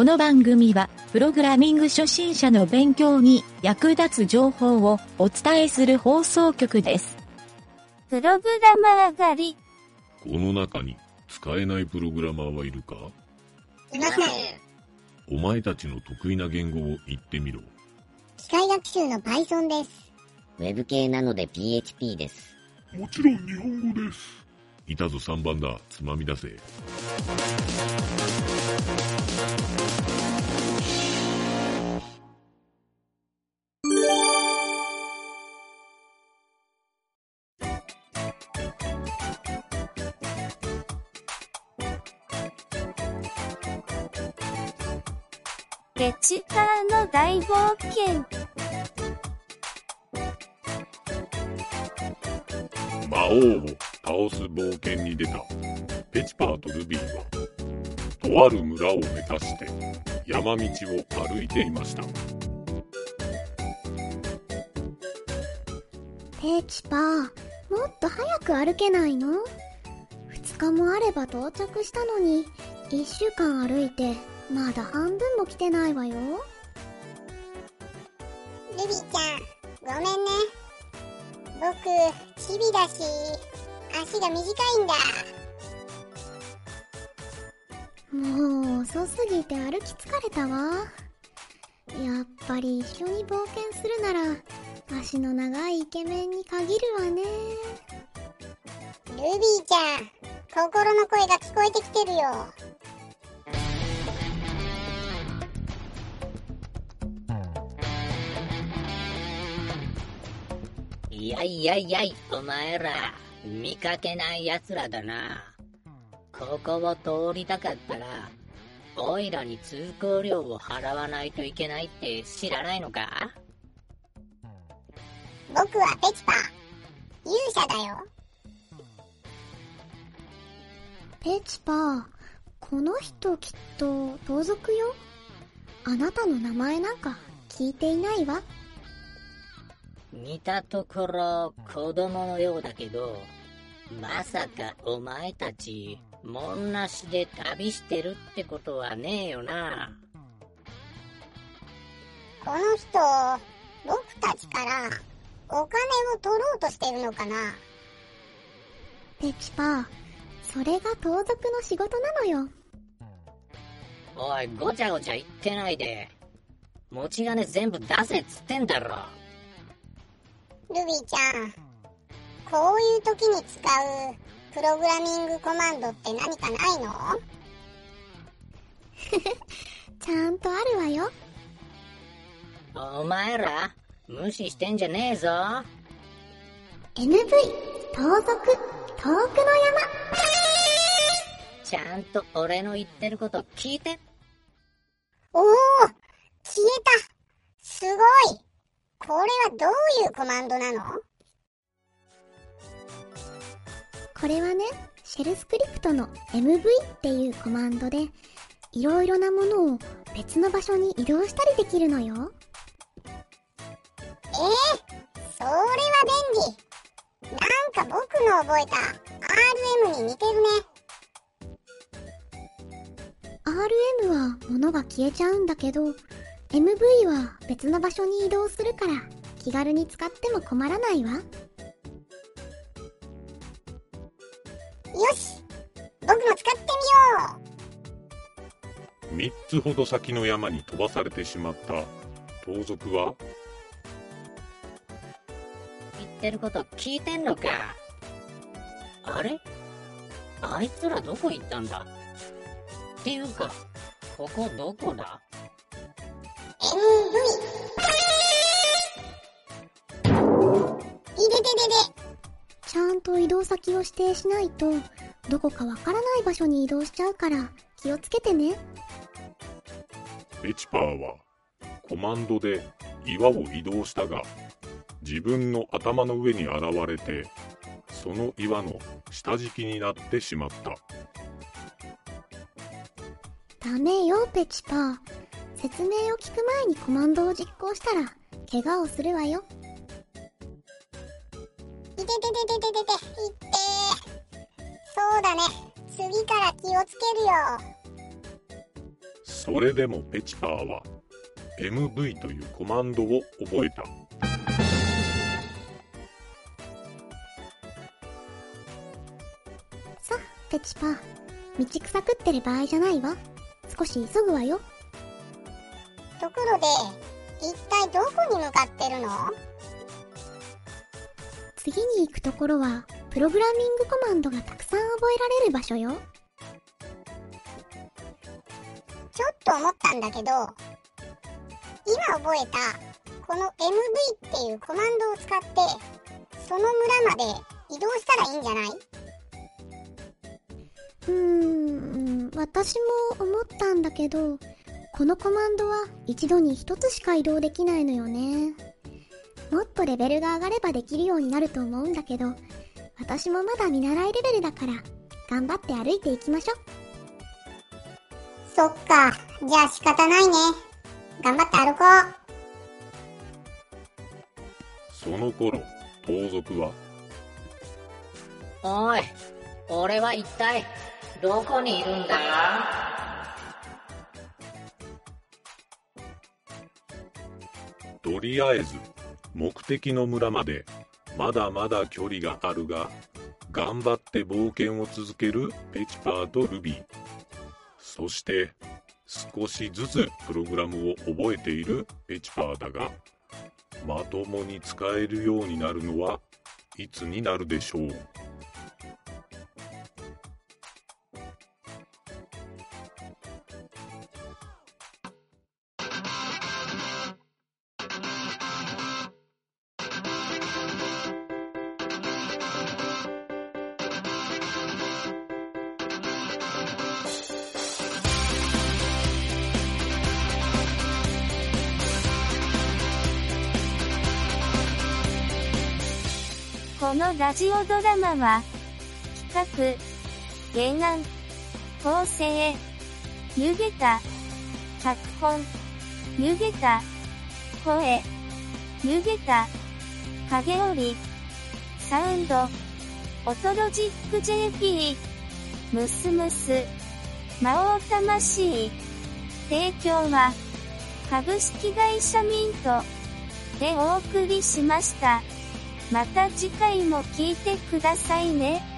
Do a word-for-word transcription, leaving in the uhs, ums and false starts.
の番組は、プログラミング初心者の勉強に役立つ情報をお伝えする放送局です。 プログラマー狩り。 この中に使えないプログラマーはいるか？ いません。 お前たちの得意な言語を言ってみろ。 機械学習の Python です。 ウェブ系なので ピーエイチピー です。 もちろん日本語です。いたぞさんばんだ、つまみ出せ。 ペチパーの大冒険。 魔王を倒す冒険に出たペチパーとルビーは、とある村を目指して山道を歩いていました。 ペチパー、もっと早く歩けないの？ふつかもあれば到着したのに、いっしゅうかん歩いてまだ半分も来てないわよ。ルビーちゃん、ごめんね。僕、チビだし、足が短いんだ。 もう遅すぎて歩き疲れたわ。やっぱり一緒に冒険するなら、足の長いイケメンに限るわね。 ルビーちゃん、心の声が聞こえてきてるよ。 いやいやいやい、お前ら見かけない奴らだな。ここを通りたかったらオイラに通行料を払わないといけないって知らないのか？ 僕はペチパー、勇者だよ。 ペチパー、この人きっと盗賊よ。あなたの名前なんか聞いていないわ。 見たところ子供のようだけど、まさかお前たち門なしで旅してるってことはねえよな。 この人、僕たちからお金を取ろうとしてるのかな？ ペチパー、それが盗賊の仕事なのよ。 おい、ごちゃごちゃ言ってないで、持ち金全部出せっつってんだろ。 ルビーちゃん、こういう時に使うプログラミングコマンドって何かないの？ ちゃんとあるわよ。 お前ら無視してんじゃねえぞ。 エヌブイ 盗賊遠くの山。 ちゃんと俺の言ってること聞いて。 おお、消えた。すごい。これはどういうコマンドなの？ これはね、シェルスクリプトの エムブイ っていうコマンドで、いろいろなものを別の場所に移動したりできるのよ。 えー、それは便利。なんか僕の覚えた アールエム に似てるね。 アールエム は物が消えちゃうんだけど、エムブイ は別の場所に移動するから気軽に使っても困らないわ。よし、僕も使ってみよう。 みっつほど先の山に飛ばされてしまった盗賊は、 言ってること聞いてんのか？あれ？あいつらどこ行ったんだ？っていうか、ここどこだ？ エムブイ。いでででで。 ちゃんと移動先を指定しないと、どこかわからない場所に移動しちゃうから気をつけてね。 ペチパーはコマンドで岩を移動したが、自分の頭の上に現れて、その岩の下敷きになってしまった。 ダメよペチパー。説明を聞く前にコマンドを実行したら怪我をするわよ。 いててててててて、いってー。そうだね、次から気をつけるよ。 それでもペチパーは エムブイ というコマンドを覚えた。 さあ、ペチパー、道草食ってる場合じゃないわ。少し急ぐわよ。 ところで、一体どこに向かってるの？ 次に行くところは、プログラミングコマンドがたくさん覚えられる場所よ。 ちょっと思ったんだけど、今覚えたこの エムブイ っていうコマンドを使ってその村まで移動したらいいんじゃない？ うーん、私も思ったんだけど、このコマンドは一度に一つしか移動できないのよね。もっとレベルが上がればできるようになると思うんだけど、私もまだ見習いレベルだから頑張って歩いていきましょ。 そっか、じゃあ仕方ないね。頑張って歩こう。 その頃、盗賊は、 おい、俺は一体どこにいるんだ？ とりあえず目的の村までまだまだ距離があるが、頑張って冒険を続けるペチパーとルビー。そして少しずつプログラムを覚えているペチパーだが、まともに使えるようになるのはいつになるでしょう。 このラジオドラマは、企画、原案、構成、ゆげた、脚本、ゆげた、声、ゆげた、影織、サウンド、オトロジック ジェーピー、ムスムス、魔王魂、提供は、株式会社ミント、でお送りしました。また次回も聞いてくださいね。